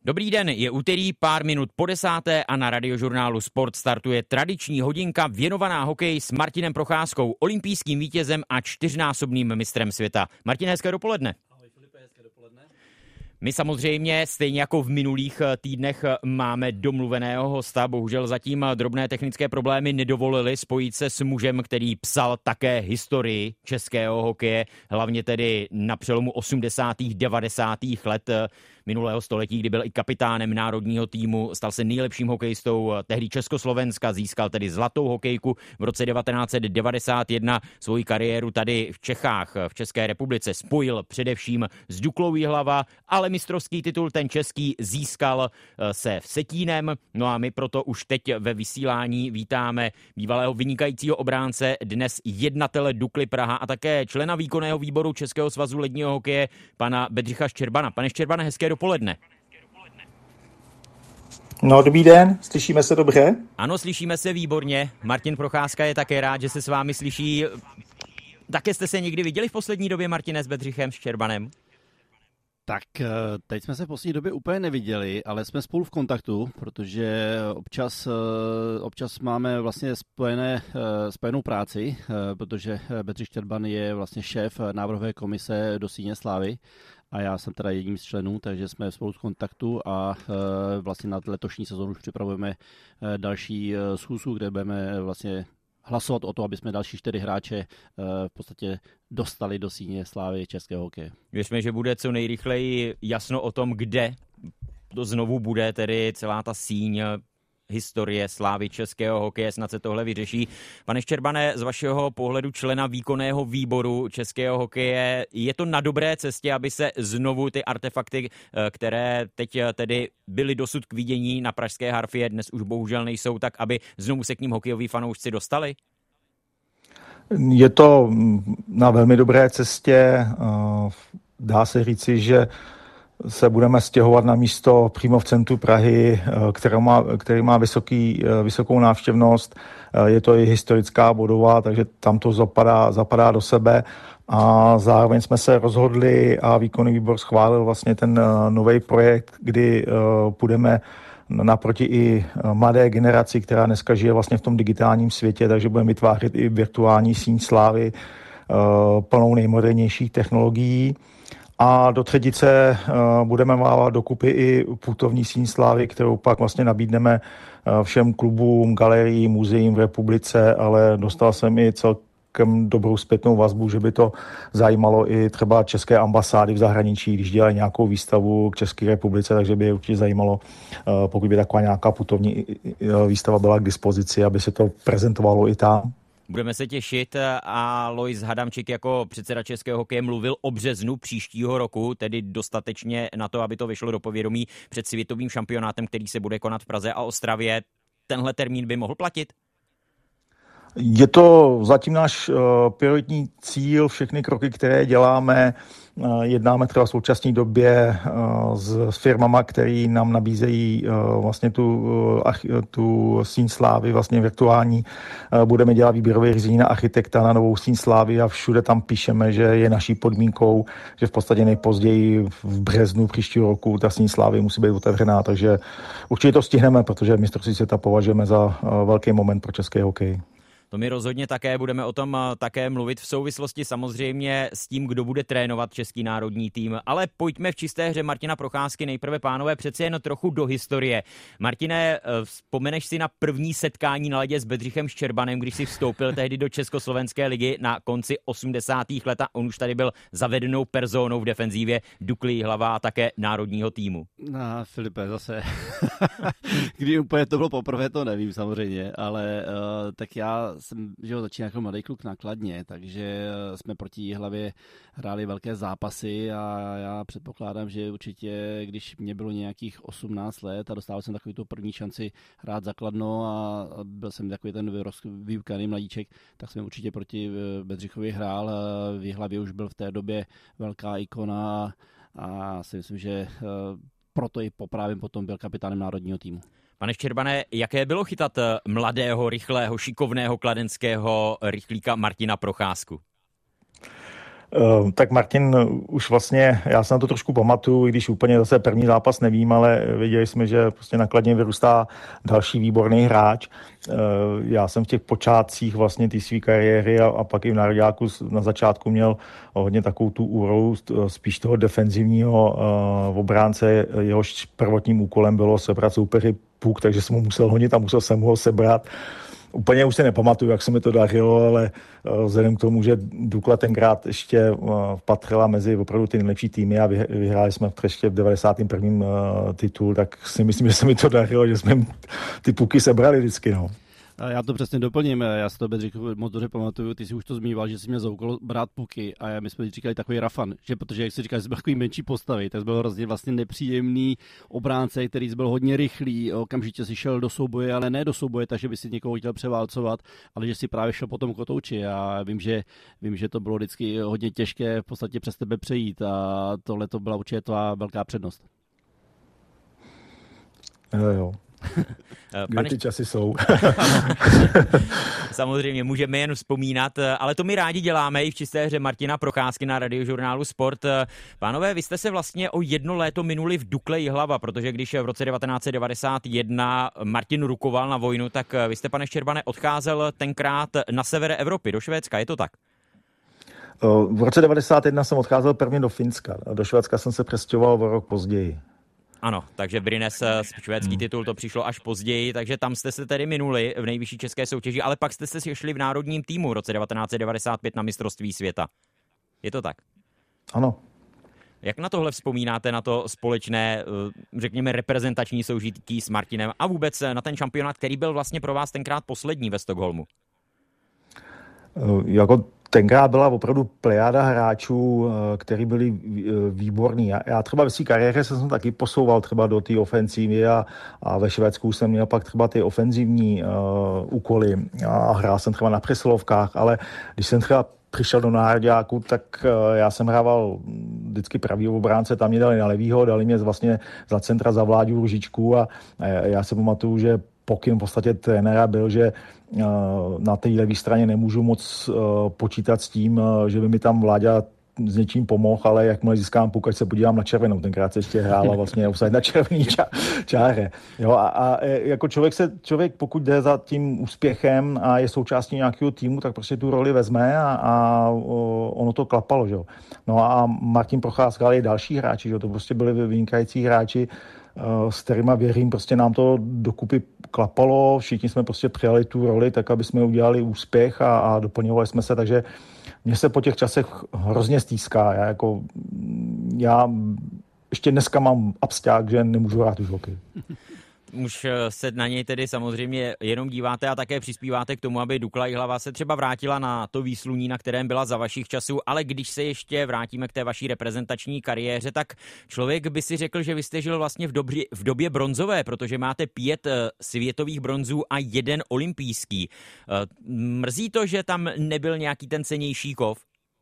Dobrý den, je úterý, pár minut po 10. a na Radiožurnálu Sport startuje tradiční hodinka věnovaná hokeji s Martinem Procházkou, olympijským vítězem a 4násobným mistrem světa. Martin, hezké dopoledne. Ahoj Filipe, hezké dopoledne. My samozřejmě, stejně jako v minulých týdnech, máme domluveného hosta. Bohužel zatím drobné technické problémy nedovolily spojit se s mužem, který psal také historii českého hokeje, hlavně tedy na přelomu 80. 90. let minulého století, kdy byl i kapitánem národního týmu, stal se nejlepším hokejistou tehdy Československa, získal tedy zlatou hokejku v roce 1991. Svoji kariéru tady v Čechách, v České republice spojil především s Duklou Jihlava, ale mistrovský titul ten český získal se Vsetínem. No a my proto už teď ve vysílání vítáme bývalého vynikajícího obránce, dnes jednatele Dukly Praha a také člena výkonného výboru Českého svazu ledního hokeje, pana Bedřicha Ščerbana. Pane Ščerbane, hezké dopoledne. No, dobrý den, slyšíme se dobře? Ano, slyšíme se výborně. Martin Procházka je také rád, že se s vámi slyší. Také jste se někdy viděli v poslední době, Martine, s Bedřichem Ščerbanem? Tak teď jsme se v poslední době úplně neviděli, ale jsme spolu v kontaktu, protože občas máme vlastně spojenou práci, protože Bedřich Ščerban je vlastně šéf návrhové komise do Síně slávy a já jsem teda jedním z členů, takže jsme spolu v kontaktu a vlastně na letošní sezónu už připravujeme další schůzku, kde budeme vlastně hlasovat o to, aby jsme další 4 hráče v podstatě dostali do Síně slávy českého hokeje. Věřme, že bude co nejrychleji jasno o tom, kde to znovu bude, tedy celá ta síň historie slávy českého hokeje, snad se tohle vyřeší. Pane Ščerbane, z vašeho pohledu člena výkonného výboru českého hokeje, je to na dobré cestě, aby se znovu ty artefakty, které teď tedy byly dosud k vidění na pražské Harfie, dnes už bohužel nejsou, tak aby znovu se k ním hokejoví fanoušci dostali? Je to na velmi dobré cestě. Dá se říci, že se budeme stěhovat na místo přímo v centru Prahy, který má vysokou návštěvnost. Je to i historická budova, takže tam to zapadá do sebe. A zároveň jsme se rozhodli a výkonný výbor schválil vlastně ten nový projekt, kdy půjdeme naproti i mladé generaci, která dneska žije vlastně v tom digitálním světě, takže budeme vytvářet i virtuální síň slávy plnou nejmodernějších technologií. A do třetice budeme mávat dokupy i putovní síň slávy, kterou pak vlastně nabídneme všem klubům, galeriím, muzeím v republice, ale dostal jsem i celkem dobrou zpětnou vazbu, že by to zajímalo i třeba české ambasády v zahraničí, když dělají nějakou výstavu k České republice, takže by je určitě zajímalo, pokud by taková nějaká putovní výstava byla k dispozici, aby se to prezentovalo i tam. Budeme se těšit a Lois Hadamčík jako předseda českého hokeje mluvil o březnu příštího roku, tedy dostatečně na to, aby to vyšlo do povědomí před světovým šampionátem, který se bude konat v Praze a Ostravě. Tenhle termín by mohl platit? Je to zatím náš prioritní cíl, všechny kroky, které děláme. Jednáme třeba v současné době s firmama, které nám nabízejí vlastně tu síň slávy, vlastně virtuální. Budeme dělat výběrové řízení na architekta na novou síň slávy a všude tam píšeme, že je naší podmínkou, že v podstatě nejpozději v březnu příštího roku ta síň slávy musí být otevřená, takže určitě to stihneme, protože mistrovství světa považujeme za velký moment pro český hokej. To my rozhodně také budeme o tom také mluvit v souvislosti samozřejmě s tím, kdo bude trénovat český národní tým. Ale pojďme v čisté hře Martina Procházky nejprve, pánové, přeci jen trochu do historie. Martine, vzpomeneš si na první setkání na ledě s Bedřichem Ščerbanem, když si vstoupil tehdy do Československé ligy na konci 80. let a on už tady byl zavedenou personou v defenzívě Dukly Jihlava a také národního týmu. No, Filipe, zase. Kdy úplně to bylo poprvé, to nevím samozřejmě, ale tak já jsem začínal jako mladý kluk na Kladně, takže jsme proti Jihlavě hráli velké zápasy a já předpokládám, že určitě, když mě bylo nějakých 18 let a dostal jsem takovou tu první šanci hrát za Kladno a byl jsem takový ten vyukaný mladíček, tak jsem určitě proti Bedřichovi hrál. V Jihlavě už byl v té době velká ikona a si myslím, že proto i právě potom byl kapitánem národního týmu. Pane Ščerbane, jaké bylo chytat mladého, rychlého, šikovného kladenského rychlíka Martina Procházku? Tak Martin už vlastně, já se na to trošku pamatuju, i když úplně zase první zápas nevím, ale viděli jsme, že prostě na Kladně vyrůstá další výborný hráč. Já jsem v těch počátcích vlastně té své kariéry a pak i v nároďáku na začátku měl hodně takovou tu úrovu spíš toho defenzivního obránce. Jehož prvotním úkolem bylo sebrat soupeři puk, takže jsem ho musel honit a musel jsem ho sebrat. Úplně už se nepamatuju, jak se mi to dařilo, ale vzhledem k tomu, že Dukla tenkrát ještě patřila mezi opravdu ty nejlepší týmy a vyhráli jsme ještě v 91. titul, tak si myslím, že se mi to dařilo, že jsme ty puky sebrali vždycky. No. Já to přesně doplním, já si to moc dobře pamatuju, ty si už to zmínil, že jsi měl za úkol brát puky a my jsme říkali takový rafan, že protože jak jsi říkal, že jsi byl takový menší postavy, tak jsi byl hrozně vlastně nepříjemný obránce, který jsi byl hodně rychlý, okamžitě si šel do souboje, ale ne do souboje, takže by si někoho chtěl převálcovat, ale že si právě šel po tom kotouči a vím, že to bylo vždycky hodně těžké v podstatě přes tebe přejít a tohle to byla určitě tvá velká přednost. Jo. Kde ty časy jsou. Samozřejmě, můžeme jen vzpomínat, ale to my rádi děláme i v čisté hře Martina Procházky na Radiožurnálu Sport. Pánové, vy jste se vlastně o 1 léto minuli v Dukle Jihlava, protože když v roce 1991 Martin rukoval na vojnu, tak vy jste, pane Štěrbane, odcházel tenkrát na sever Evropy, do Švédska, je to tak? V roce 1991 jsem odcházel prvně do Finska. Do Švédska jsem se přestěhoval o rok později. Ano, takže Brynäs, švédský titul, to přišlo až později, takže tam jste se tedy minuli v nejvyšší české soutěži, ale pak jste se šli v národním týmu v roce 1995 na mistrovství světa. Je to tak? Ano. Jak na tohle vzpomínáte, na to společné, řekněme, reprezentační soužití s Martinem a vůbec na ten šampionát, který byl vlastně pro vás tenkrát poslední ve Stockholmu? Jako tenkrát byla opravdu plejáda hráčů, který byli výborní. Já třeba ve své kariéře jsem taky posouval třeba do té ofenzívy a ve Švédsku jsem měl pak třeba ty ofenzivní úkoly a hrál jsem třeba na přesilovkách, ale když jsem třeba přišel do nároďáku, tak já jsem hrával vždycky pravý obránce, tam mě dali na levýho, dali mě vlastně za centra za Vláďu Ružičku a já si pamatuju, že pokyn v podstatě trenéra byl, že na té levé straně nemůžu moc počítat s tím, že by mi tam Vláďa s něčím pomohl, ale jakmile získám puk, ať se podívám na červenou. Tenkrát se ještě hrála vlastně offside na červený čáře. Jo, a jako člověk, pokud jde za tím úspěchem a je součástí nějakého týmu, tak prostě tu roli vezme a ono to klapalo. Že? No a Martin Procházka, ale i další hráči, že? To prostě byli vynikající hráči, s kterýma věřím, prostě nám to dokupy klapalo, všichni jsme prostě přijali tu roli tak, aby jsme udělali úspěch a doplňovali jsme se, takže mně se po těch časech hrozně stýská. Já ještě dneska mám absťák, že nemůžu hrát už hokej. Už se na něj tedy samozřejmě jenom díváte a také přispíváte k tomu, aby Dukla Jihlava se třeba vrátila na to výsluní, na kterém byla za vašich časů, ale když se ještě vrátíme k té vaší reprezentační kariéře, tak člověk by si řekl, že vy jste žil vlastně v době bronzové, protože máte 5 světových bronzů a 1 olympijský. Mrzí to, že tam nebyl nějaký ten cennější kov?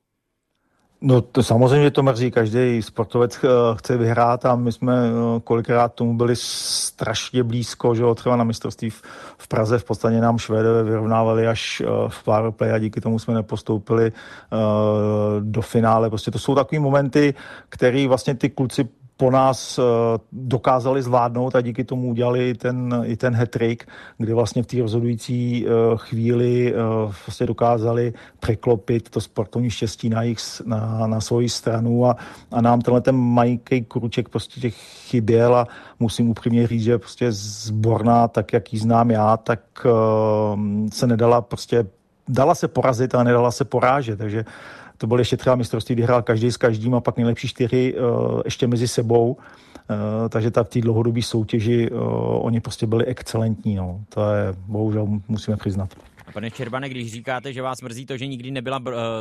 No to samozřejmě to mrzí, každý sportovec chce vyhrát a my jsme kolikrát tomu byli strašně blízko, že třeba na mistrovství v Praze v podstatě nám Švédové vyrovnávali až v powerplay a díky tomu jsme nepostoupili do finále. Prostě to jsou takový momenty, které vlastně ty kluci po nás dokázali zvládnout a díky tomu udělali i ten hat-trick, kdy vlastně v té rozhodující chvíli vlastně dokázali překlopit to sportovní štěstí na svoji stranu a nám ten majkej kruček prostě těch chyběl a musím upřímně říct, že prostě Zborna, tak jak ji znám já, tak se nedala prostě, dala se porazit, ale nedala se porážet, takže to byl ještě třeba mistrovství, kdy hrál každý s každým a pak nejlepší 4 ještě mezi sebou. Takže v té dlouhodobé soutěži oni prostě byli excelentní. No. To je, bohužel musíme přiznat. Pane Štěrbane, když říkáte, že vás mrzí to, že nikdy nebyla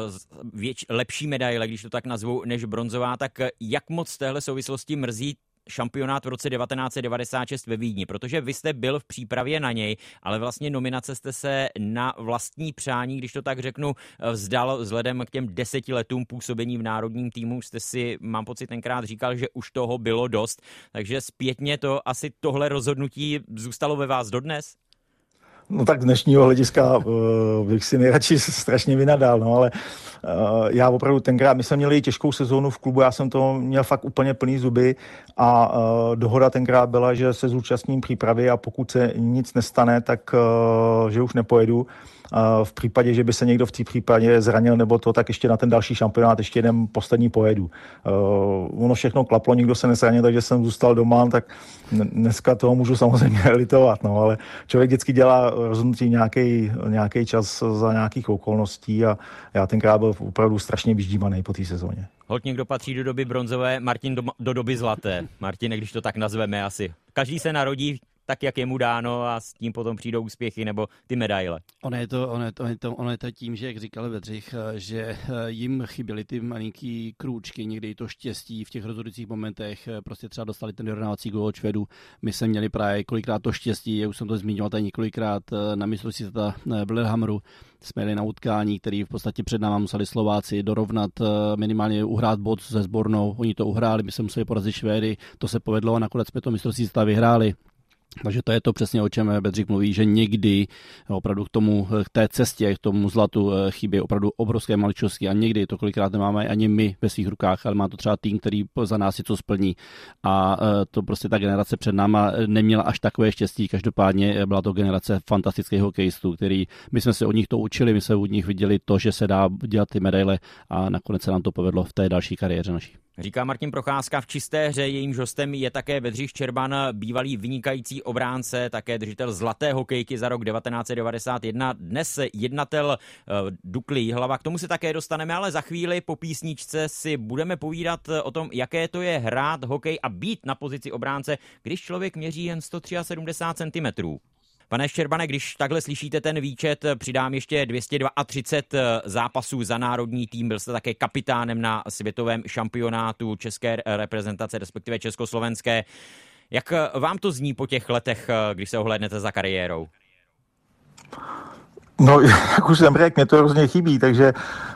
lepší medaile, když to tak nazvu, než bronzová, tak jak moc z téhle souvislosti mrzí šampionát v roce 1996 ve Vídni, protože vy jste byl v přípravě na něj, ale vlastně nominace jste se na vlastní přání, když to tak řeknu, vzdal vzhledem k těm 10 letům působení v národním týmu. Jste si, mám pocit, tenkrát říkal, že už toho bylo dost, takže zpětně to asi tohle rozhodnutí zůstalo ve vás dodnes? No tak z dnešního hlediska bych si nejradši strašně vynadal, no ale já opravdu tenkrát, my jsme měli těžkou sezónu v klubu, já jsem to měl fakt úplně plný zuby a dohoda tenkrát byla, že se zúčastním přípravy a pokud se nic nestane, tak že už nepojedu. V případě, že by se někdo v té případě zranil nebo to, tak ještě na ten další šampionát ještě jeden poslední pojedu. Ono všechno klaplo, nikdo se nezranil, takže jsem zůstal doma, tak dneska toho můžu samozřejmě litovat, no, ale člověk vždycky dělá rozhodnutí nějaký čas za nějakých okolností a já tenkrát byl opravdu strašně vyždímaný po té sezóně. Holt někdo patří do doby bronzové, Martin do doby zlaté. Martin, když to tak nazveme asi. Každý se narodí tak, jak je mu dáno a s tím potom přijdou úspěchy nebo ty medaile. Ono je to tím, že, jak říkal Bedřich, že jim chyběly ty malinký krůčky, někdy i to štěstí v těch rozhodujících momentech, prostě třeba dostali ten vyrovnávací gól od Švédů. My jsme měli právě kolikrát to štěstí, já už jsem to zmiňoval tady několikrát na mistrovství světa v Lillehammeru. Jsme jeli na utkání, který v podstatě před náma museli Slováci dorovnat, minimálně uhrát bod se sbornou. Oni to uhráli, my jsme museli porazit Švédy, to se povedlo a nakonec jsme to mistrovství světa vyhráli. Takže to je to přesně, o čem Bedřich mluví, že někdy opravdu k té cestě, k tomu zlatu chybí opravdu obrovské maličkosti a někdy to kolikrát nemáme ani my ve svých rukách, ale má to třeba tým, který za nás něco splní a to prostě ta generace před náma neměla až takové štěstí, každopádně byla to generace fantastických hokejistů, který my jsme se od nich to učili, my jsme od nich viděli to, že se dá dělat ty medaile a nakonec se nám to povedlo v té další kariéře naší. Říká Martin Procházka v čisté hře, jejímž hostem je také Bedřich Štěrban, bývalý vynikající obránce, také držitel zlaté hokejky za rok 1991, dnes jednatel Dukly Jihlava. K tomu se také dostaneme, ale za chvíli po písničce si budeme povídat o tom, jaké to je hrát hokej a být na pozici obránce, když člověk měří jen 173 cm. Pane Štěrbane, když takhle slyšíte ten výčet, přidám ještě 232 zápasů za národní tým. Byl jste také kapitánem na světovém šampionátu české reprezentace, respektive československé. Jak vám to zní po těch letech, když se ohlédnete za kariérou? No, jak už jsem řekl, mě to hrozně chybí, takže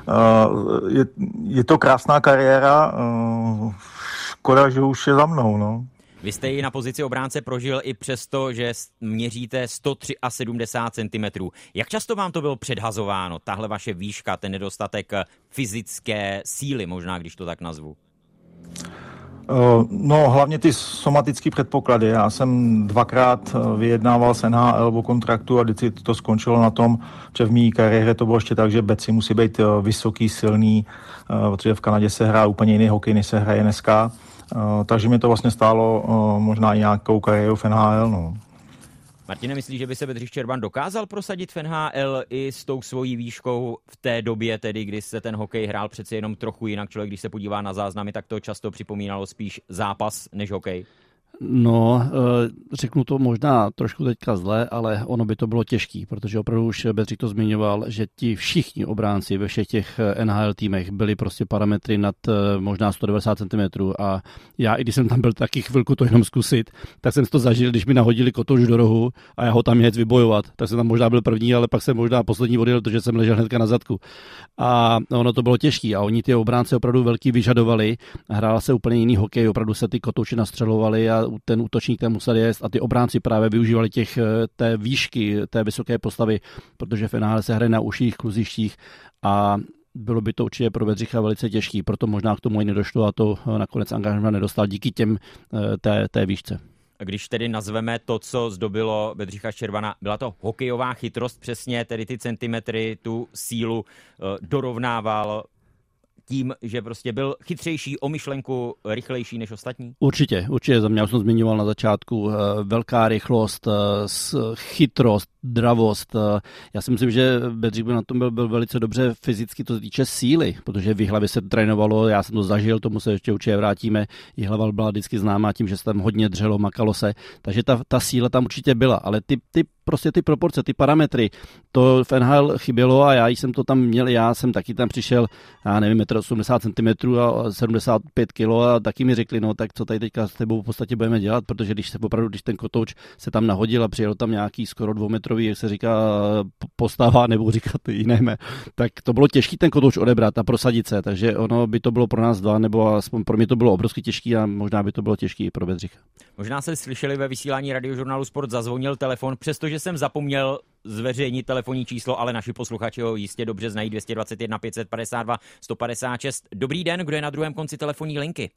je to krásná kariéra. Škoda, že už je za mnou, no. Vy jste ji na pozici obránce prožil i přesto, že měříte 173 cm. Jak často vám to bylo předhazováno, tahle vaše výška, ten nedostatek fyzické síly, možná, když to tak nazvu? No, hlavně ty somatické předpoklady. Já jsem dvakrát vyjednával s NHL o kontraktu a vždycky to skončilo na tom, že v mý kariéře to bylo ještě tak, že beci musí být vysoký, silný, protože v Kanadě se hrá úplně jiný hokej, než se hraje dneska. Takže mi to vlastně stálo možná i nějakou kariéru v NHL. No. Martine, myslíš, že by se Bedřich Štěrban dokázal prosadit v NHL i s tou svojí výškou v té době, tedy kdy se ten hokej hrál přeci jenom trochu jinak? Člověk, když se podívá na záznamy, tak to často připomínalo spíš zápas než hokej. No, řeknu to možná trošku teďka zle, ale ono by to bylo těžký, protože opravdu už Bedřich to zmiňoval, že ti všichni obránci ve všech těch NHL týmech byli prostě parametry nad možná 190 cm a já, i když jsem tam byl taky chvilku to jenom zkusit, tak jsem si to zažil, když mi nahodili kotouč do rohu a já ho tam jet vybojovat, tak jsem tam možná byl první, ale pak jsem možná poslední odjel, protože jsem ležel hnedka na zadku. A ono to bylo těžký a oni ty obránci opravdu velký vyžadovali, hrála se úplně jiný hokej, opravdu se ty kotouče nastřelovali a ten útočník tam musel jet a ty obránci právě využívali té výšky, té vysoké postavy, protože v NHL se hraje na užších kluzištích a bylo by to určitě pro Bedřicha velice těžký, proto možná k tomu i nedošlo a to nakonec angažmá nedostal díky té výšce. Když tedy nazveme to, co zdobilo Bedřicha Štěrbana, byla to hokejová chytrost, přesně tedy ty centimetry, tu sílu dorovnával tím, že prostě byl chytřejší, o myšlenku rychlejší než ostatní? Určitě. Za mě, už jsem zmiňoval na začátku, velká rychlost, chytrost, dravost. Já si myslím, že Bedřich by na tom byl velice dobře fyzicky, to se týče síly, protože v Jihlavě se trénovalo, já jsem to zažil, tomu se ještě určitě vrátíme. Jihlava byla vždycky známá tím, že se tam hodně dřelo, makalo se, takže ta síla tam určitě byla, ale ty proporce, ty parametry, to v NHL chybělo a já jsem to tam měl, já jsem taky tam přišel, já nevím, 80 cm a 75 kg a taky mi řekli, no tak co tady teďka s tebou v podstatě budeme dělat, protože když ten kotouč se tam nahodil a přijel tam nějaký skoro 2metrový, jak se říká, postava, nebo říkat jiné, tak to bylo těžký ten kotouč odebrat a prosadit se, takže ono by to bylo pro nás dva, nebo aspoň pro mě to bylo obrovsky těžký a možná by to bylo těžký i pro Bedřicha. Možná jste slyšeli ve vysílání Radiožurnálu Sport, zazvonil telefon, přestože jsem zapomněl zveřejnit telefonní číslo, ale naši posluchači ho jistě dobře znají, 221 552 156. Dobrý den, kdo je na druhém konci telefonní linky?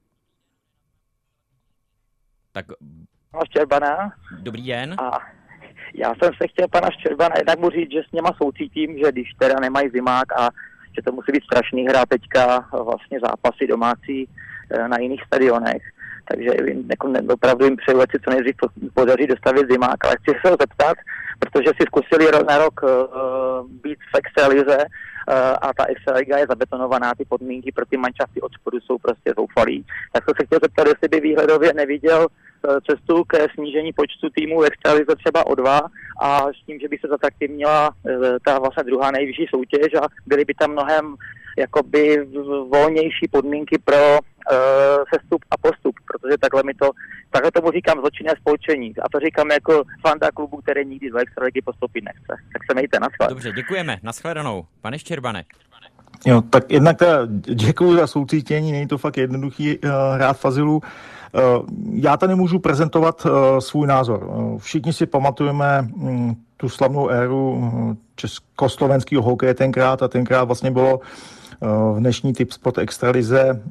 Tak... Štěrbana. Dobrý den. A já jsem se chtěl pana Štěrbana jednak mu říct, že s něma soucítím, že když teda nemají zimák a že to musí být strašný hrát teďka vlastně zápasy domácí na jiných stadionech. Takže opravdu jim přeju, ať si co nejdřív podaří dostavit zimák, ale chci se ho zeptat, protože si zkusili na rok být v extralize a ta extraliga je zabetonovaná, ty podmínky pro ty mančafty od spodu jsou prostě zoufalý. Tak jsem se chtěl zeptat, jestli by výhledově neviděl cestu ke snížení počtu týmů v extralize třeba o 2 a s tím, že by se zatraktivnila ta vlastně druhá nejvyšší soutěž a byly by tam mnohem jakoby volnější podmínky pro sestup a postup, protože takhle tomu říkám zločinné spolčení a to říkám jako fanda klubu, který nikdy do extraligy postoupit nechce. Tak se mějte, nashledanou. Dobře, děkujeme, nashledanou. Pane Štěrbane. Jo, tak jednak děkuju za soucítění, není to fakt jednoduchý hrát v azylu. Já tady můžu prezentovat svůj názor. Všichni si pamatujeme tu slavnou éru československého hokeje tenkrát a tenkrát vlastně bylo v dnešní Tipsport extralize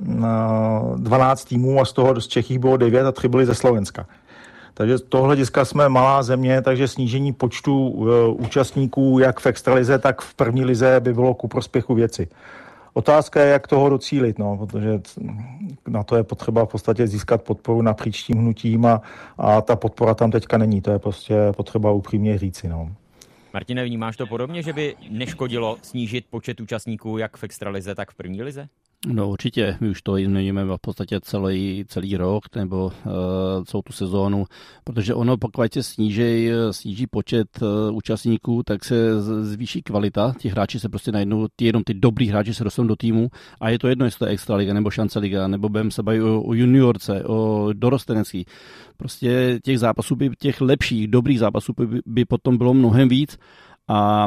12 týmů a z toho z Čech bylo 9 a 3 byly ze Slovenska. Takže z toho hlediska jsme malá země, takže snížení počtu účastníků jak v extralize, tak v první lize by bylo ku prospěchu věci. Otázka je, jak toho docílit, protože na to je potřeba v podstatě získat podporu napříč tím hnutím a ta podpora tam teďka není. To je prostě potřeba upřímně říci. Martine, vnímáš to podobně, že by neškodilo snížit počet účastníků jak v extralize, tak v první lize? No určitě, my už to zmiňujeme v podstatě celý rok nebo celou tu sezónu, protože ono pokud se sníží počet účastníků, tak se zvýší kvalita, ti hráči se prostě najednou, jenom ty dobrý hráči se dostanou do týmu a je to jedno, jestli to je extraliga nebo šance liga, nebo budeme se bavit o juniorce, o dorostenecký. Prostě těch zápasů by, těch lepších, dobrých zápasů by potom bylo mnohem víc. A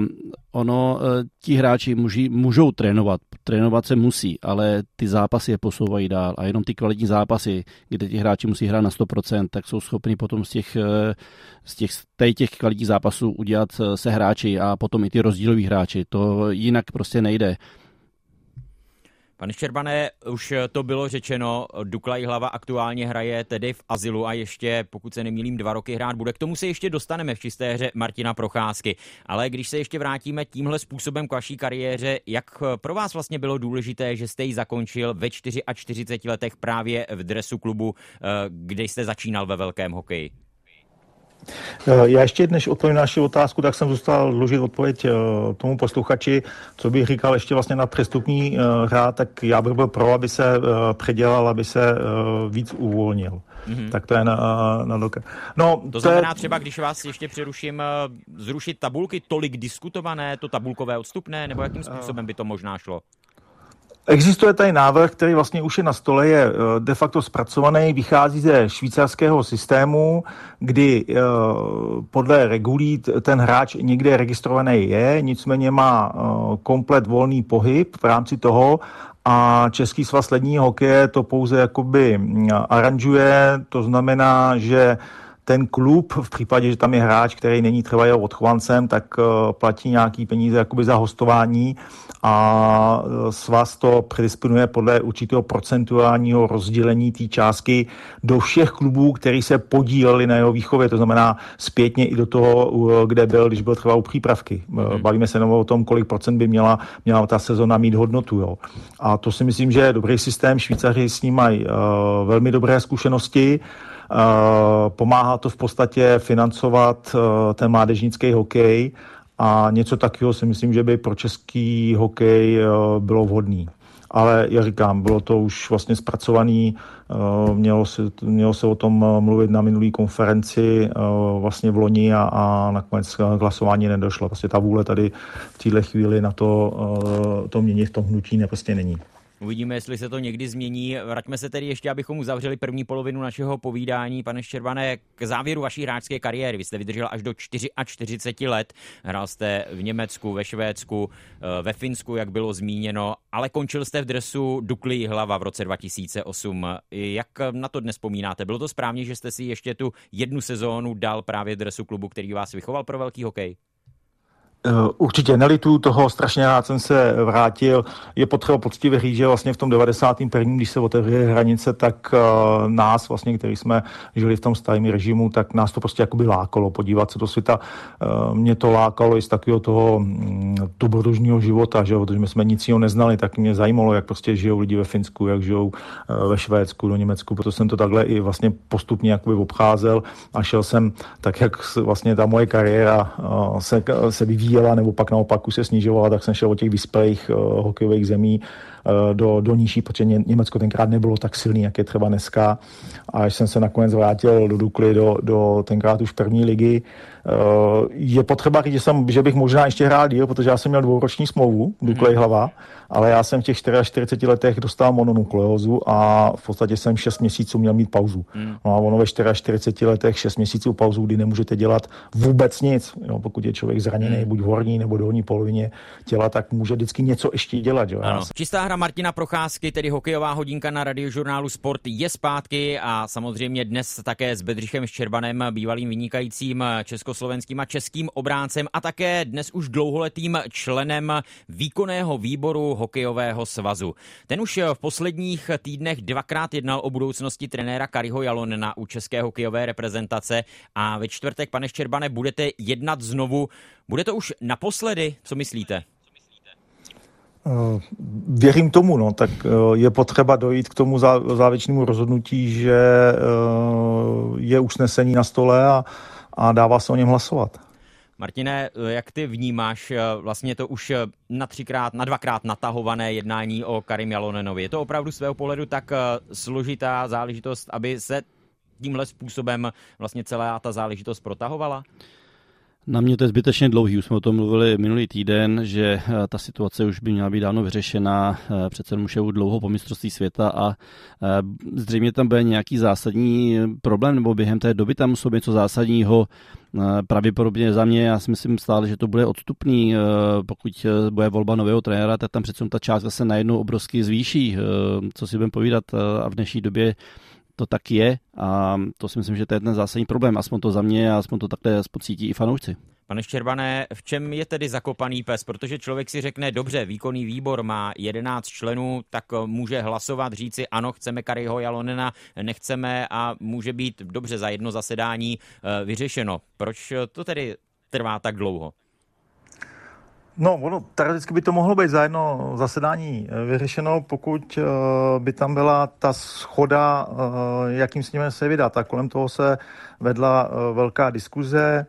ti hráči můžou trénovat se musí, ale ty zápasy je posouvají dál a jenom ty kvalitní zápasy, kde ti hráči musí hrát na 100%, tak jsou schopni potom z těch kvalitních zápasů udělat se hráči a potom i ty rozdíloví hráči. To jinak prostě nejde. Pane Štěrbane, už to bylo řečeno, Dukla Jihlava aktuálně hraje tedy v azylu a ještě, pokud se nemýlím, 2 roky hrát bude. K tomu se ještě dostaneme v čisté hře Martina Procházky. Ale když se ještě vrátíme tímhle způsobem k vaší kariéře, jak pro vás vlastně bylo důležité, že jste ji zakončil ve 44 letech právě v dresu klubu, kde jste začínal ve velkém hokeji? Já ještě, než odpovím na naši otázku, tak jsem zůstal dlužit odpověď tomu posluchači, co bych říkal ještě vlastně na přestupní hra, tak já bych byl pro, aby se předělal, aby se víc uvolnil. Mm-hmm. Tak to je na doka. No, to znamená třeba, když vás ještě přeruším, zrušit tabulky tolik diskutované, to tabulkové odstupné, nebo jakým způsobem by to možná šlo? Existuje tady návrh, který vlastně už je na stole, je de facto zpracovaný, vychází ze švýcarského systému, kdy podle regulí ten hráč někde registrovaný je, nicméně má komplet volný pohyb v rámci toho a Český svaz ledního hokeje to pouze jakoby aranžuje, to znamená, že ten klub, v případě, že tam je hráč, který není třeba jeho odchovancem, tak platí nějaký peníze jakoby za hostování a svaz to predisponuje podle určitého procentuálního rozdělení té částky do všech klubů, který se podíleli na jeho výchově, to znamená zpětně i do toho, kde byl, když byl třeba u přípravky. Bavíme se o tom, kolik procent by měla ta sezona mít hodnotu. Jo. A to si myslím, že je dobrý systém, Švýcaři s ním mají velmi dobré zkušenosti. Pomáhá to v podstatě financovat ten mládežnický hokej a něco takového si myslím, že by pro český hokej bylo vhodný. Ale já říkám, bylo to už vlastně zpracovaný, mělo se o tom mluvit na minulý konferenci vlastně v loni a nakonec k hlasování nedošlo. Prostě ta vůle tady v téhle chvíli na to měnit v tom hnutí prostě není. Uvidíme, jestli se to někdy změní. Vraťme se tedy ještě, abychom uzavřeli první polovinu našeho povídání. Pane Štěrbane, k závěru vaší hráčské kariéry. Vy jste vydržel až do 44 let. Hrál jste v Německu, ve Švédsku, ve Finsku, jak bylo zmíněno, ale končil jste v dresu Dukly Jihlava v roce 2008. Jak na to dnes vzpomínáte? Bylo to správně, že jste si ještě tu jednu sezónu dal právě v dresu klubu, který vás vychoval pro velký hokej? Určitě nelituju toho, strašně rád jsem se vrátil. Je potřeba poctivě říct, že vlastně v tom 91., když se otevřely hranice, tak nás vlastně, kteří jsme žili v tom starém režimu, tak nás to prostě jakoby lákalo podívat se do světa. Mě to lákalo i z takového toho dobrodružního života, že? Protože my jsme nic jiného neznali, tak mě zajímalo, jak prostě žijou lidi ve Finsku, jak žijou ve Švédsku, do Německu, protože jsem to takhle i vlastně postupně jakoby obcházel a šel jsem tak, jak vlastně ta moje kariéra se vyvíjela, nebo pak naopak už se snižovala, tak jsem šel od těch vyspělých hokejových zemí do nižší, protože Německo tenkrát nebylo tak silný, jak je třeba dneska. A až jsem se nakonec vrátil do Dukly, do tenkrát už první ligy. Je potřeba říct, že bych možná ještě hrál díl, protože já jsem měl 2roční smlouvu v Dukle Jihlava, ale já jsem v těch 44 letech dostal mononukleózu a v podstatě jsem 6 měsíců měl mít pauzu. No a ono ve 44 letech 6 měsíců pauzu, kdy nemůžete dělat vůbec nic. Jo, pokud je člověk zraněný, buď v horní nebo dolní polovině těla, tak může vždycky něco ještě dělat. Jo. Ano. Čistá hra Martina Procházky, tedy hokejová hodinka na Radiožurnálu Sport, je zpátky a samozřejmě dnes také s Bedřichem Štěrbanem, bývalým vynikajícím československým a českým obráncem a také dnes už dlouholetým členem výkonného výboru hokejového svazu. Ten už v posledních týdnech 2krát jednal o budoucnosti trenéra Kariho Jalonena u české hokejové reprezentace a ve čtvrtek, pane Štěrbane, budete jednat znovu. Bude to už naposledy? Co myslíte? Věřím tomu, no, tak je potřeba dojít k tomu závěrečnému rozhodnutí, že je usnesení na stole a dává se o něm hlasovat. Martine, jak ty vnímáš vlastně to už na 2krát natahované jednání o Karim Jalonenovi? Je to opravdu z svého pohledu tak složitá záležitost, aby se tímhle způsobem vlastně celá ta záležitost protahovala? Na mě to je zbytečně dlouhý, už jsme o tom mluvili minulý týden, že ta situace už by měla být dávno vyřešena, přece už je dlouho po mistrovství světa a zřejmě tam bude nějaký zásadní problém, nebo během té doby tam musí něco zásadního. Pravděpodobně za mě, já si myslím stále, že to bude odstupný, pokud bude volba nového trenéra, tak tam přece ta částka se najednou obrovsky zvýší, co si budeme povídat, a v dnešní době to tak je a to si myslím, že to je ten zásadní problém, aspoň to za mě a aspoň to takhle pocítí i fanoušci. Pane Štěrbane, v čem je tedy zakopaný pes? Protože člověk si řekne, dobře, výkonný výbor má 11 členů, tak může hlasovat, říci ano, chceme Kariho Jalonena, nechceme a může být dobře za jedno zasedání vyřešeno. Proč to tedy trvá tak dlouho? No, teoreticky by to mohlo být za jedno zasedání vyřešeno, pokud by tam byla ta shoda, jakým směrem se vydat. A kolem toho se vedla velká diskuze.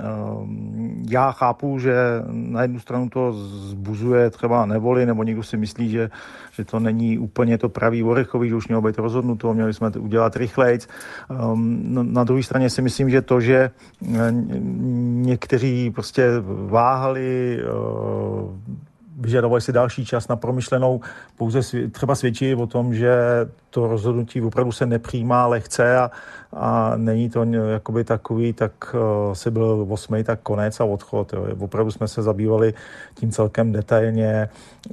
Já chápu, že na jednu stranu to zbuzuje třeba nevoli, nebo někdo si myslí, že to není úplně to pravý orechový, že už mělo být rozhodnuto, měli jsme to udělat rychlejc. Na druhé straně si myslím, že to, že někteří prostě váhali, vyžadovali si další čas na promyšlenou, pouze třeba svědčí o tom, že to rozhodnutí opravdu se nepřijímá lehce a není to jakoby takový, tak se byl 8, tak konec a odchod. Jo. Opravdu jsme se zabývali tím celkem detailně.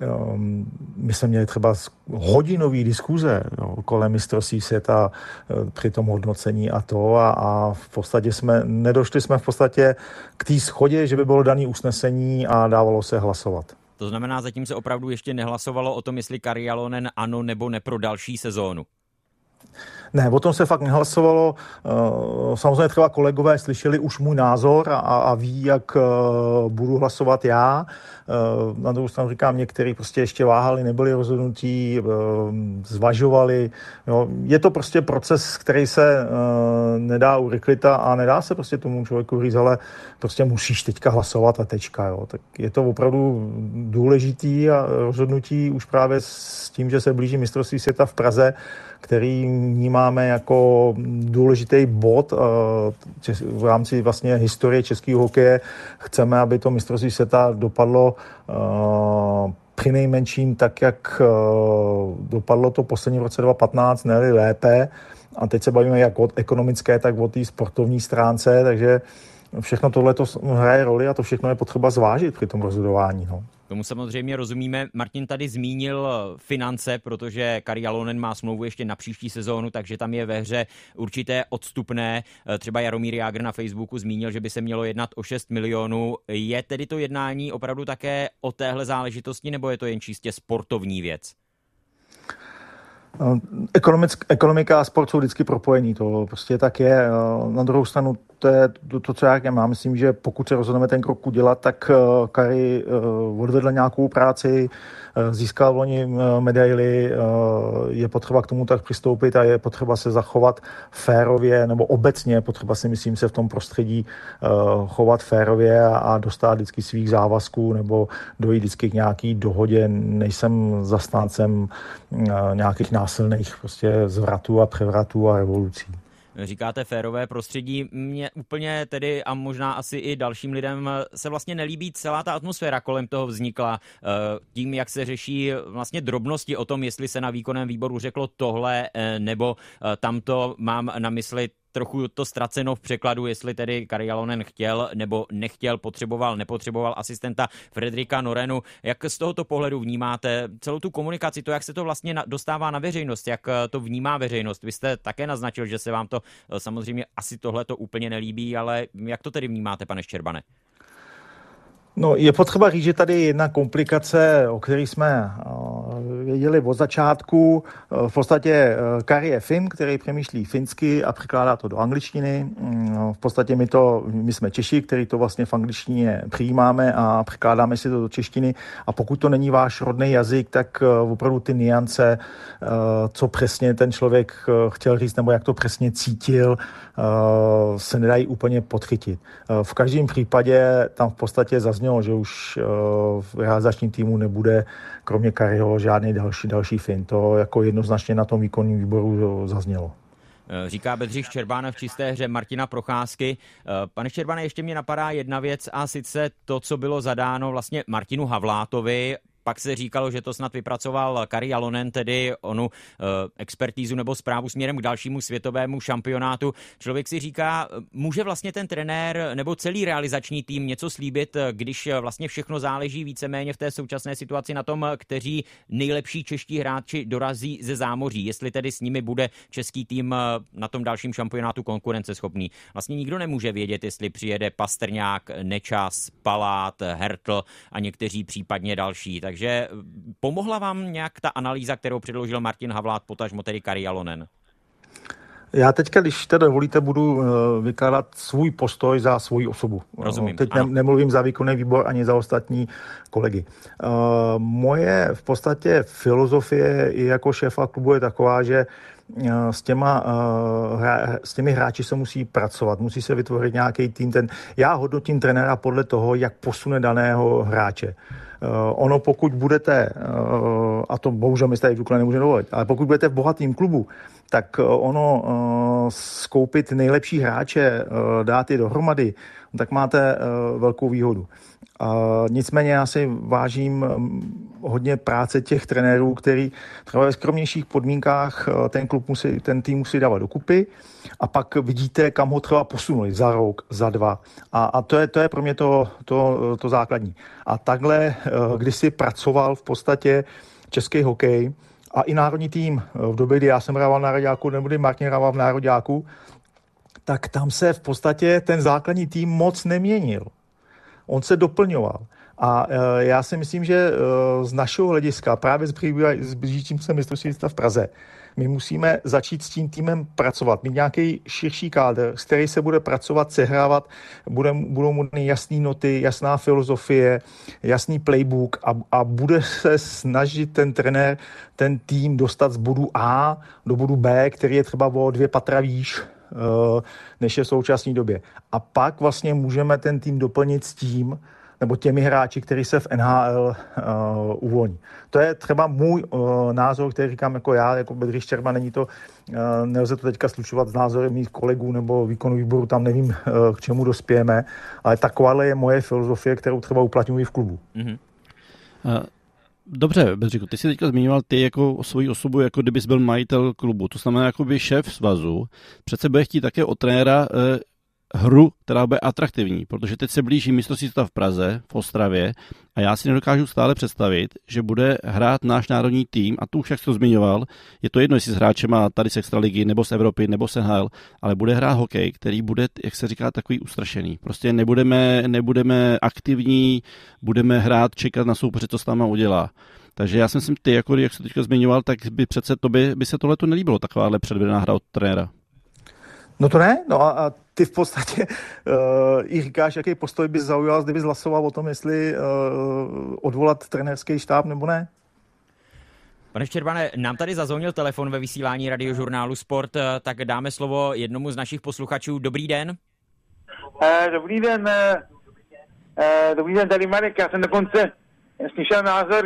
My jsme měli třeba hodinový diskuze kolem mistrovství světa při tom hodnocení a v podstatě nedošli jsme v podstatě k té shodě, že by bylo dané usnesení a dávalo se hlasovat. To znamená, zatím se opravdu ještě nehlasovalo o tom, jestli Kari Jalonen ano nebo ne pro další sezónu. Ne, o tom se fakt nehlasovalo. Samozřejmě třeba kolegové slyšeli už můj názor a ví, jak budu hlasovat já. Na druhou stranu říkám, někteří prostě ještě váhali, nebyli rozhodnutí, zvažovali. Jo. Je to prostě proces, který se nedá urychlit a nedá se prostě tomu člověku říct, ale prostě musíš teďka hlasovat a tečka. Jo. Tak je to opravdu důležitý a rozhodnutí už právě s tím, že se blíží mistrovství světa v Praze, který vnímáme jako důležitý bod v rámci vlastně historie českého hokeje. Chceme, aby to mistrovství světa dopadlo přinejmenším tak, jak dopadlo to poslední v roce 2015, ne lépe. A teď se bavíme jak o ekonomické, tak o té sportovní stránce, takže všechno tohle to hraje roli a to všechno je potřeba zvážit při tom rozhodování. No. Tomu samozřejmě rozumíme. Martin tady zmínil finance, protože Kari Jalonen má smlouvu ještě na příští sezónu, takže tam je ve hře určité odstupné. Třeba Jaromír Jágr na Facebooku zmínil, že by se mělo jednat o 6 milionů. Je tedy to jednání opravdu také o téhle záležitosti, nebo je to jen čistě sportovní věc? Ekonomika a sport jsou vždycky propojení, to prostě tak je. Na druhou stranu to je to, co já mám. Myslím, že pokud se rozhodneme ten krok udělat, tak Kari odvedl nějakou práci, získal loni medaili, je potřeba k tomu tak přistoupit a je potřeba se zachovat férově, nebo obecně potřeba si myslím se v tom prostředí chovat férově a dostat vždycky svých závazků nebo dojít vždycky k nějaký dohodě. Nejsem zastáncem nějakých násilných prostě zvratů a převratů a revolucí. Říkáte férové prostředí, mně úplně tedy a možná asi i dalším lidem se vlastně nelíbí celá ta atmosféra kolem toho vznikla. Tím, jak se řeší vlastně drobnosti o tom, jestli se na výkonném výboru řeklo tohle nebo tamto, mám na mysli trochu to ztraceno v překladu, jestli tedy Kari Jalonen chtěl nebo nechtěl, potřeboval, nepotřeboval asistenta Fredrika Norenu. Jak z tohoto pohledu vnímáte celou tu komunikaci, to, jak se to vlastně dostává na veřejnost, jak to vnímá veřejnost? Vy jste také naznačil, že se vám to samozřejmě asi tohle to úplně nelíbí, ale jak to tedy vnímáte, pane Štěrbane? No, je potřeba říct, že tady je jedna komplikace, o které jsme věděli od začátku. V podstatě Kari je Fin, který přemýšlí finsky a překládá to do angličtiny. V podstatě my jsme Češi, který to vlastně v angličtině přijímáme a překládáme si to do češtiny. A pokud to není váš rodný jazyk, tak opravdu ty nuance, co přesně ten člověk chtěl říct nebo jak to přesně cítil, se nedají úplně podchytit. V každém případě tam v podstatě zaznělo, že už v realizačním týmu nebude kromě Kariho žádný další Fin. To jako jednoznačně na tom výkonném výboru zaznělo. Říká Bedřich Štěrbán v čisté hře Martina Procházky. Pane Štěrbane, ještě mě napadá jedna věc a sice to, co bylo zadáno vlastně Martinu Havlátovi. Pak se říkalo, že to snad vypracoval Kari Jalonen, tedy onu expertízu nebo zprávu směrem k dalšímu světovému šampionátu. Člověk si říká, může vlastně ten trenér nebo celý realizační tým něco slíbit, když vlastně všechno záleží víceméně v té současné situaci na tom, kteří nejlepší čeští hráči dorazí ze zámoří, jestli tedy s nimi bude český tým na tom dalším šampionátu konkurenceschopný. Vlastně nikdo nemůže vědět, jestli přijede Pastrňák, Nečas, Palát, Hertl a někteří případně další. Takže pomohla vám nějak ta analýza, kterou předložil Martin Havlát, potažmo tedy Kari Jalonen? Já teďka, když teda dovolíte, budu vykládat svůj postoj za svoji osobu. Rozumím. Teď nemluvím za výkonný výbor ani za ostatní kolegy. Moje v podstatě filozofie i jako šéfa klubu je taková, že s těmi hráči se musí pracovat, musí se vytvořit nějaký tým. Já hodnotím trenéra podle toho, jak posune daného hráče. Ono, pokud budete, a to bohužel mi tady v Dukle nemůže dovolit, ale pokud budete v bohatém klubu, tak ono skoupit nejlepší hráče, dát je dohromady, tak máte velkou výhodu. Nicméně já si vážím hodně práce těch trenérů, který třeba ve skromnějších podmínkách ten tým musí dávat dokupy a pak vidíte, kam ho třeba posunuli za rok, za dva. A to je pro mě to základní. A takhle, když si pracoval v podstatě český hokej a i národní tým v době, kdy já jsem hrával v nároďáku, nebo kdy Martin hrával v nároďáku, tak tam se v podstatě ten základní tým moc neměnil. On se doplňoval. A já si myslím, že z našeho hlediska, právě s blížícím se mistrovství světa v Praze, my musíme začít s tím týmem pracovat, mít nějaký širší kádr, s který se bude pracovat, sehrávat, budou mu jasné noty, jasná filozofie, jasný playbook a bude se snažit ten trenér, ten tým dostat z bodu A do bodu B, který je třeba o 2 patra výš, než je v současné době. A pak vlastně můžeme ten tým doplnit s tím, nebo těmi hráči, kteří se v NHL uvolní. To je třeba můj názor, který říkám jako já, jako Bedřich Štěrban, nelze to teďka slučovat s názorem mých kolegů nebo výkonu výboru, tam nevím, k čemu dospějeme, ale takováhle je moje filozofie, kterou třeba uplatňuji v klubu. Mm-hmm. Dobře, Bedřichu, ty jsi teďka zmiňoval ty jako svoji osobu, jako kdybys byl majitel klubu. To znamená, jakoby šéf svazu. Přece bude chtít také od trenéra hru, která bude atraktivní, protože teď se blíží mistrovství světa v Praze, v Ostravě a já si nedokážu stále představit, že bude hrát náš národní tým a tu už jak jsi to zmiňoval, je to jedno, jestli s hráčema tady z extraligy, nebo z Evropy, nebo z NHL, ale bude hrát hokej, který bude, jak se říká, takový ustrašený. Prostě nebudeme aktivní, budeme hrát, čekat na soupeře, co s náma udělá. Takže já si myslím, ty, jako jak jsi teďka zmiňoval, tak by přece by se tohleto nelíbilo, takováhle předvedená hra od trenéra. No to ne, no a ty v podstatě i říkáš, jaký postoj bys zaujal, kdybys hlasoval o tom, jestli odvolat trenérský štáb nebo ne? Pane Štěrbane, nám tady zazvonil telefon ve vysílání Radiožurnálu Sport, tak dáme slovo jednomu z našich posluchačů. Dobrý den. Dobrý den, tady Marek. Já jsem dokonce slyšel názor,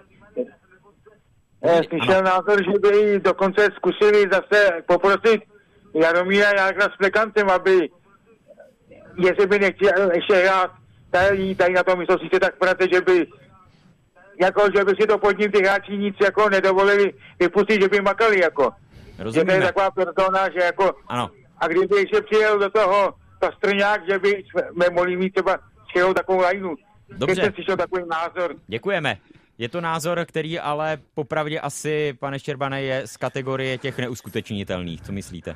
že by dokonce zkusili zase poprosit Jaromíra Jágra s Plekancem, aby, jestli by nechtěl ještě hrát tady na tom mistrovství tak práce, že by si to pod ním ty hráči nic jako nedovolili vypustit, že by makali jako. Rozumíme. Že to je taková persona, že jako, ano. A kdyby ještě přijel do toho Pastrňák, že by mohli mít třeba skvělou takovou lajnu. Dobře. Když jsem slyšel takový názor. Děkujeme. Je to názor, který ale popravdě asi, pane Štěrbane, je z kategorie těch neuskutečnitelných. Co myslíte?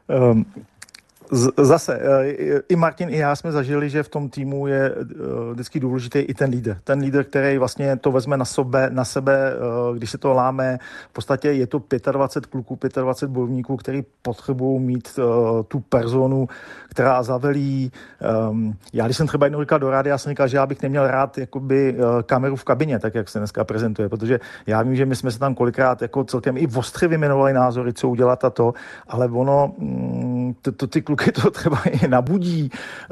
Zase, i Martin, i já jsme zažili, že v tom týmu je vždycky důležitý i ten lídr. Ten lídr, který vlastně to vezme na sebe, když se to láme. V podstatě je to 25 kluků, 25 bojovníků, který potřebují mít tu personu, která zavelí. Já, když jsem třeba jednou říkal do rádia, já jsem říkal, že já bych neměl rád jakoby kameru v kabině, tak jak se dneska prezentuje, protože já vím, že my jsme se tam kolikrát jako celkem i ostře vyjmenovali názory, co udělat a to, ale ono ty kluky to třeba i nabudí,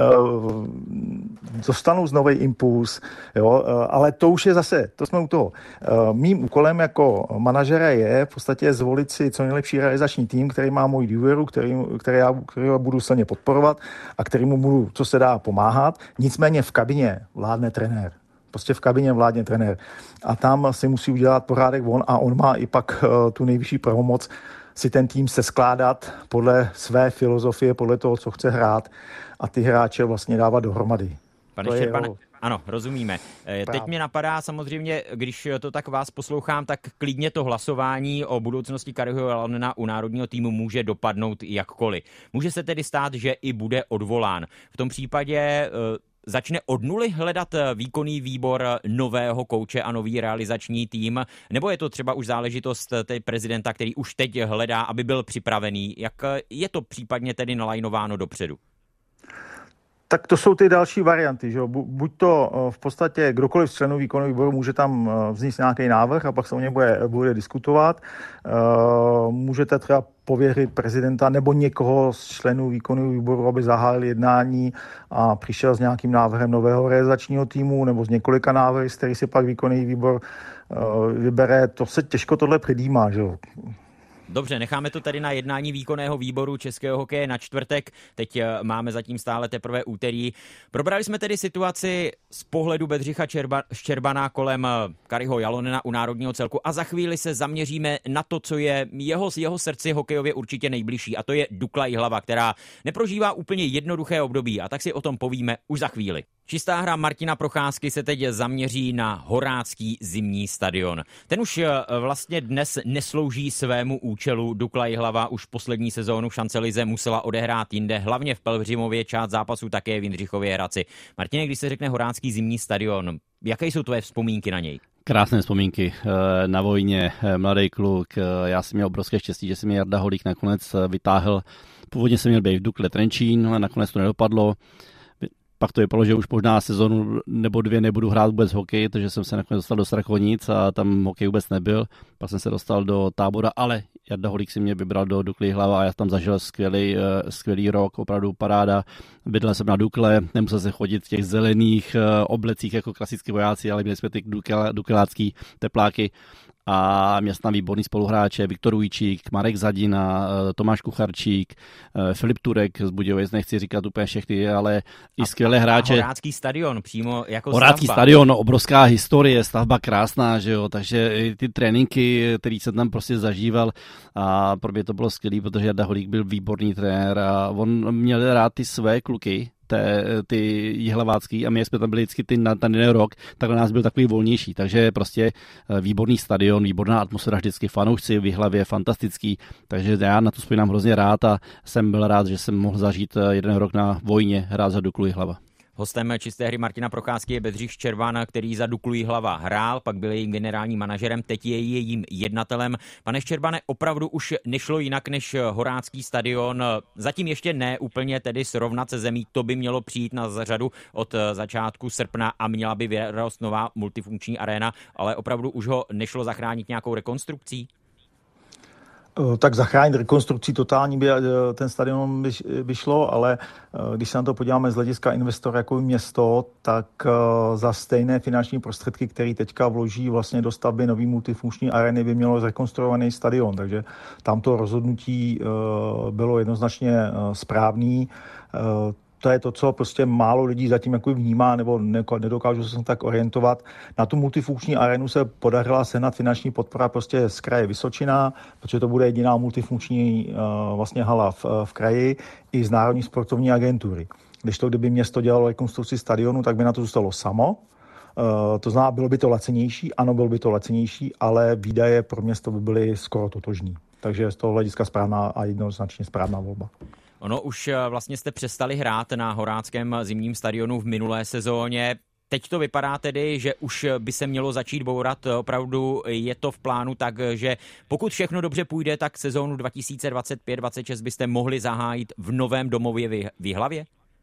dostanou nový impuls, jo, ale to už je zase, to jsme u toho. Mým úkolem jako manažera je v podstatě zvolit si co nejlepší realizační tým, který má moji důvěru, který já budu silně podporovat a kterému budu, co se dá, pomáhat. Nicméně v kabině vládne trenér. Prostě v kabině vládne trenér. A tam si musí udělat pořádek on a on má i pak tu nejvyšší pravomoc si ten tým seskládat podle své filozofie, podle toho, co chce hrát a ty hráče vlastně dávat dohromady. Pane Štěrbane, ano, rozumíme. Teď mě napadá samozřejmě, když to tak vás poslouchám, tak klidně to hlasování o budoucnosti Kariho Jalonena u národního týmu může dopadnout jakkoliv. Může se tedy stát, že i bude odvolán. V tom případě začne od nuly hledat výkonný výbor nového kouče a nový realizační tým, nebo je to třeba už záležitost prezidenta, který už teď hledá, aby byl připravený? Jak je to případně tedy nalajnováno dopředu? Tak to jsou ty další varianty, že jo? Buď to v podstatě kdokoliv z členů výkonného výboru může tam vznést nějaký návrh a pak se o něm bude diskutovat. Můžete třeba pověřit prezidenta nebo někoho z členů výkonného výboru, aby zahájil jednání a přišel s nějakým návrhem nového realizačního týmu nebo z několika návrhy, z kterých si pak výkonný výbor vybere. To se těžko tohle předjímá, že jo? Dobře, necháme to tady na jednání výkonného výboru českého hokeje na čtvrtek. Teď máme zatím stále teprve úterý. Probrali jsme tedy situaci z pohledu Bedřicha Štěrbana kolem Kariho Jalonena u národního celku a za chvíli se zaměříme na to, co je jeho srdci hokejově určitě nejbližší, a to je Dukla Jihlava, která neprožívá úplně jednoduché období, a tak si o tom povíme už za chvíli. Čistá hra Martina Procházky se teď zaměří na Horácký zimní stadion. Ten už vlastně dnes neslouží svému účelu. Dukla Jihlava už poslední sezónu v šancelize musela odehrát jinde, hlavně v Pelhřimově, část zápasu také v Jindřichově Hradci. Martine, když se řekne Horácký zimní stadion, jaké jsou tvoje vzpomínky na něj? Krásné vzpomínky na vojně, mladý kluk. Já jsem měl obrovské štěstí, že se mi Jarda Holík nakonec vytáhl. Původně jsem měl být v Dukle Trenčín, ale nakonec to nedopadlo. Pak to vypadalo, že už možná sezonu nebo dvě nebudu hrát vůbec hokej, takže jsem se nakonec dostal do Strakonic a tam hokej vůbec nebyl. Pak jsem se dostal do Tábora, ale Jarda Holík si mě vybral do Dukly Jihlava a já tam zažil skvělý rok, opravdu paráda. Bydlel jsem na Dukle, nemusel se chodit v těch zelených oblecích jako klasický vojáci, ale měli jsme ty duklácký tepláky. a měl tam výborný spoluhráče, Viktor Ujčík, Marek Zadina, Tomáš Kucharčík, Filip Turek z Budějovic, nechci říkat úplně všechny, ale i skvělé hráče. A Horácký stadion přímo jako Horácký stavba. stadion, no, obrovská historie, stavba krásná, že jo, takže ty tréninky, který jsem tam prostě zažíval a pro mě to bylo skvělý, protože Jarda Holík byl výborný trenér a on měl rád ty své kluky, ty jihlavácký, a my jsme tam byli vždycky na ten jeden rok, tak nás byl takový volnější, takže prostě výborný stadion, výborná atmosféra, vždycky fanoušci v Jihlavě, fantastický, takže já na to vzpomínám hrozně rád a jsem byl rád, že jsem mohl zažít jeden rok na Vojně hrát za Duklu Jihlava. Hostem Čisté hry Martina Procházky je Bedřich Ščerban, který za Duklu Jihlava hrál, pak byl jejím generálním manažerem, teď je jejím jednatelem. Pane Ščerbane, opravdu už nešlo jinak než Horácký stadion. Zatím ještě ne úplně tedy srovnat se zemí, to by mělo přijít na řadu od začátku srpna a měla by vyrost nová multifunkční aréna, ale opravdu už ho nešlo zachránit nějakou rekonstrukcí? Tak zachránit rekonstrukcí totální by ten stadion by šlo, ale když se na to podíváme z hlediska investora jako město, tak za stejné finanční prostředky, které teďka vloží vlastně do stavby nový multifunkční arény, by mělo zrekonstruovaný stadion. Takže tamto rozhodnutí bylo jednoznačně správný. To je to, co prostě málo lidí zatím jako vnímá nebo nedokážu se tak orientovat. Na tu multifunkční arénu se podařila sehnat finanční podpora prostě z kraje Vysočina, protože to bude jediná multifunkční vlastně hala v kraji, i z Národní sportovní agentury. Když to, kdyby město dělalo rekonstrukci stadionu, tak by na to zůstalo samo. To znamená, bylo by to lacenější, ano, bylo by to lacenější, ale výdaje pro město by byly skoro totožný. Takže z toho hlediska správná a jednoznačně správná volba. Ono už vlastně jste přestali hrát na Horáckém zimním stadionu v minulé sezóně. Teď to vypadá tedy, že už by se mělo začít bourat. Opravdu je to v plánu tak, že pokud všechno dobře půjde, tak sezónu 2025-26 byste mohli zahájit v novém domově v Jihlavě?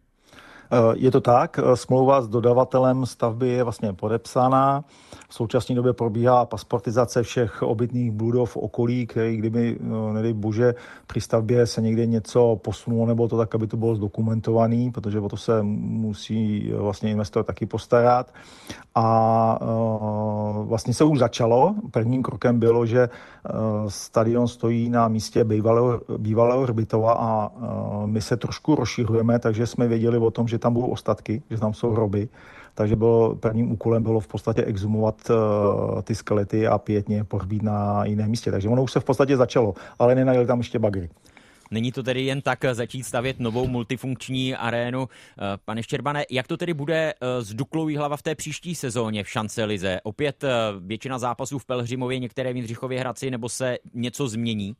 Je to tak, smlouva s dodavatelem stavby je vlastně podepsaná. V současné době probíhá pasportizace všech obytných budov v okolí, který kdyby, nedej bože, při stavbě se někde něco posunulo nebo to tak, aby to bylo zdokumentovaný, protože o to se musí vlastně investor taky postarat. A vlastně se už začalo. Prvním krokem bylo, že stadion stojí na místě bývalého hřbitova a my se trošku rozšiřujeme, takže jsme věděli o tom, že tam budou ostatky, že tam jsou hroby. Takže prvním úkolem bylo v podstatě exhumovat ty skelety a pětně pohřbít na jiném místě. Takže ono už se v podstatě začalo, ale nenajeli tam ještě bagry. Není to tedy jen tak začít stavět novou multifunkční arénu. Pane Ščerbane, jak to tedy bude s Duklou Jihlava v té příští sezóně v šance lize? Opět většina zápasů v Pelhřimově, některé v Jindřichově Hradci, nebo se něco změní?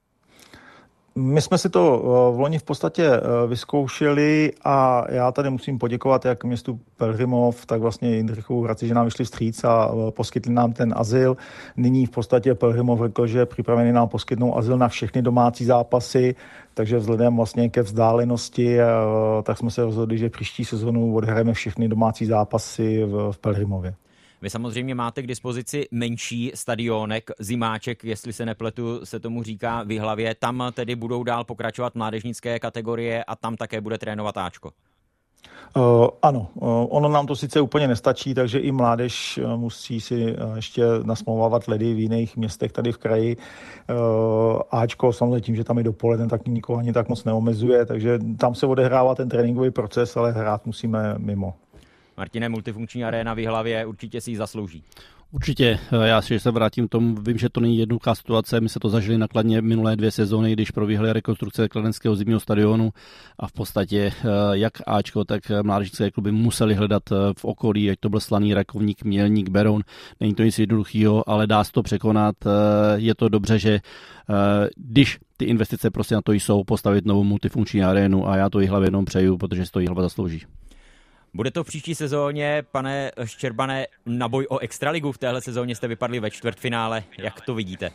My jsme si to v loni v podstatě vyzkoušeli a já tady musím poděkovat jak městu Pelhřimov, tak vlastně Jindřichovu Hradci, že nám vyšli vstříc a poskytli nám ten azyl. Nyní v podstatě Pelhřimov řekl, že připravený nám poskytnout azyl na všechny domácí zápasy, takže vzhledem vlastně ke vzdálenosti, tak jsme se rozhodli, že příští sezonu odhrajeme všechny domácí zápasy v Pelhřimově. Vy samozřejmě máte k dispozici menší stadionek, Zimáček, jestli se nepletu, se tomu říká v Jihlavě. Tam tedy budou dál pokračovat mládežnické kategorie a tam také bude trénovat Ačko. Ano, ono nám to sice úplně nestačí, takže i mládež musí si ještě nasmlouvávat ledy v jiných městech tady v kraji. Ačko samozřejmě tím, že tam je dopoledne, tak nikoho ani tak moc neomezuje, takže tam se odehrává ten tréninkový proces, ale hrát musíme mimo. Martine, multifunkční aréna v Jihlavě určitě si ji zaslouží. Určitě, já se vrátím k tomu, vím, že to není jednoduchá situace, my se to zažili na Kladně minulé 2 sezóny, když probíhaly rekonstrukce kladenského zimního stadionu a v podstatě jak Ačko, tak mládežnické kluby museli hledat v okolí, ať to byl Slaný, Rakovník, Mělník, Beroun, není to nic jednoduchého, ale dá se to překonat, je to dobře, že když ty investice prostě na to jsou, postavit novou multifunkční arénu a já to Jihlavě jenom přeju, protože si to Jihlava zaslouží. Bude to v příští sezóně, pane Ščerbane, na boj o extraligu? V téhle sezóně jste vypadli ve čtvrtfinále. Jak to vidíte?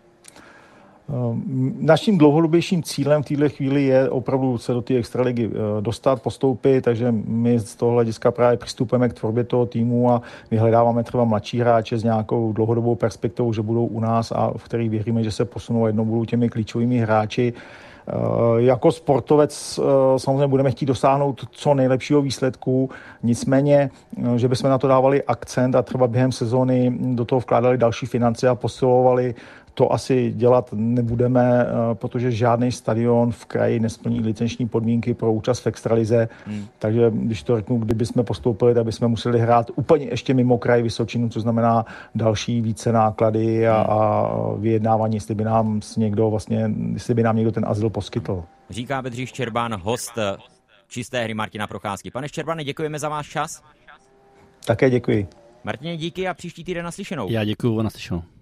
Naším dlouhodobějším cílem v této chvíli je opravdu se do té extraligy dostat, postoupit, takže my z toho hlediska právě přistupujeme k tvorbě toho týmu a vyhledáváme třeba mladší hráče s nějakou dlouhodobou perspektivou, že budou u nás a v kterých věříme, že se posunou, jednou budou těmi klíčovými hráči. Jako sportovec samozřejmě budeme chtít dosáhnout co nejlepšího výsledku, nicméně, že bychom na to dávali akcent a třeba během sezóny do toho vkládali další finance a posilovali, to asi dělat nebudeme, protože žádný stadion v kraji nesplní licenční podmínky pro účast v extralize. Takže když to řeknu, kdybychom postoupili, tak bychom museli hrát úplně ještě mimo kraj Vysočinu, což znamená další více náklady a vyjednávání, jestli by nám někdo ten azyl poskytl. Říká Bedřich Štěrbán, host Čisté hry Martina Procházky. Pane Štěrbane, děkujeme za váš čas. Také děkuji. Martině, díky a příští týden naslyšenou. Já děkuju, naslyšenou.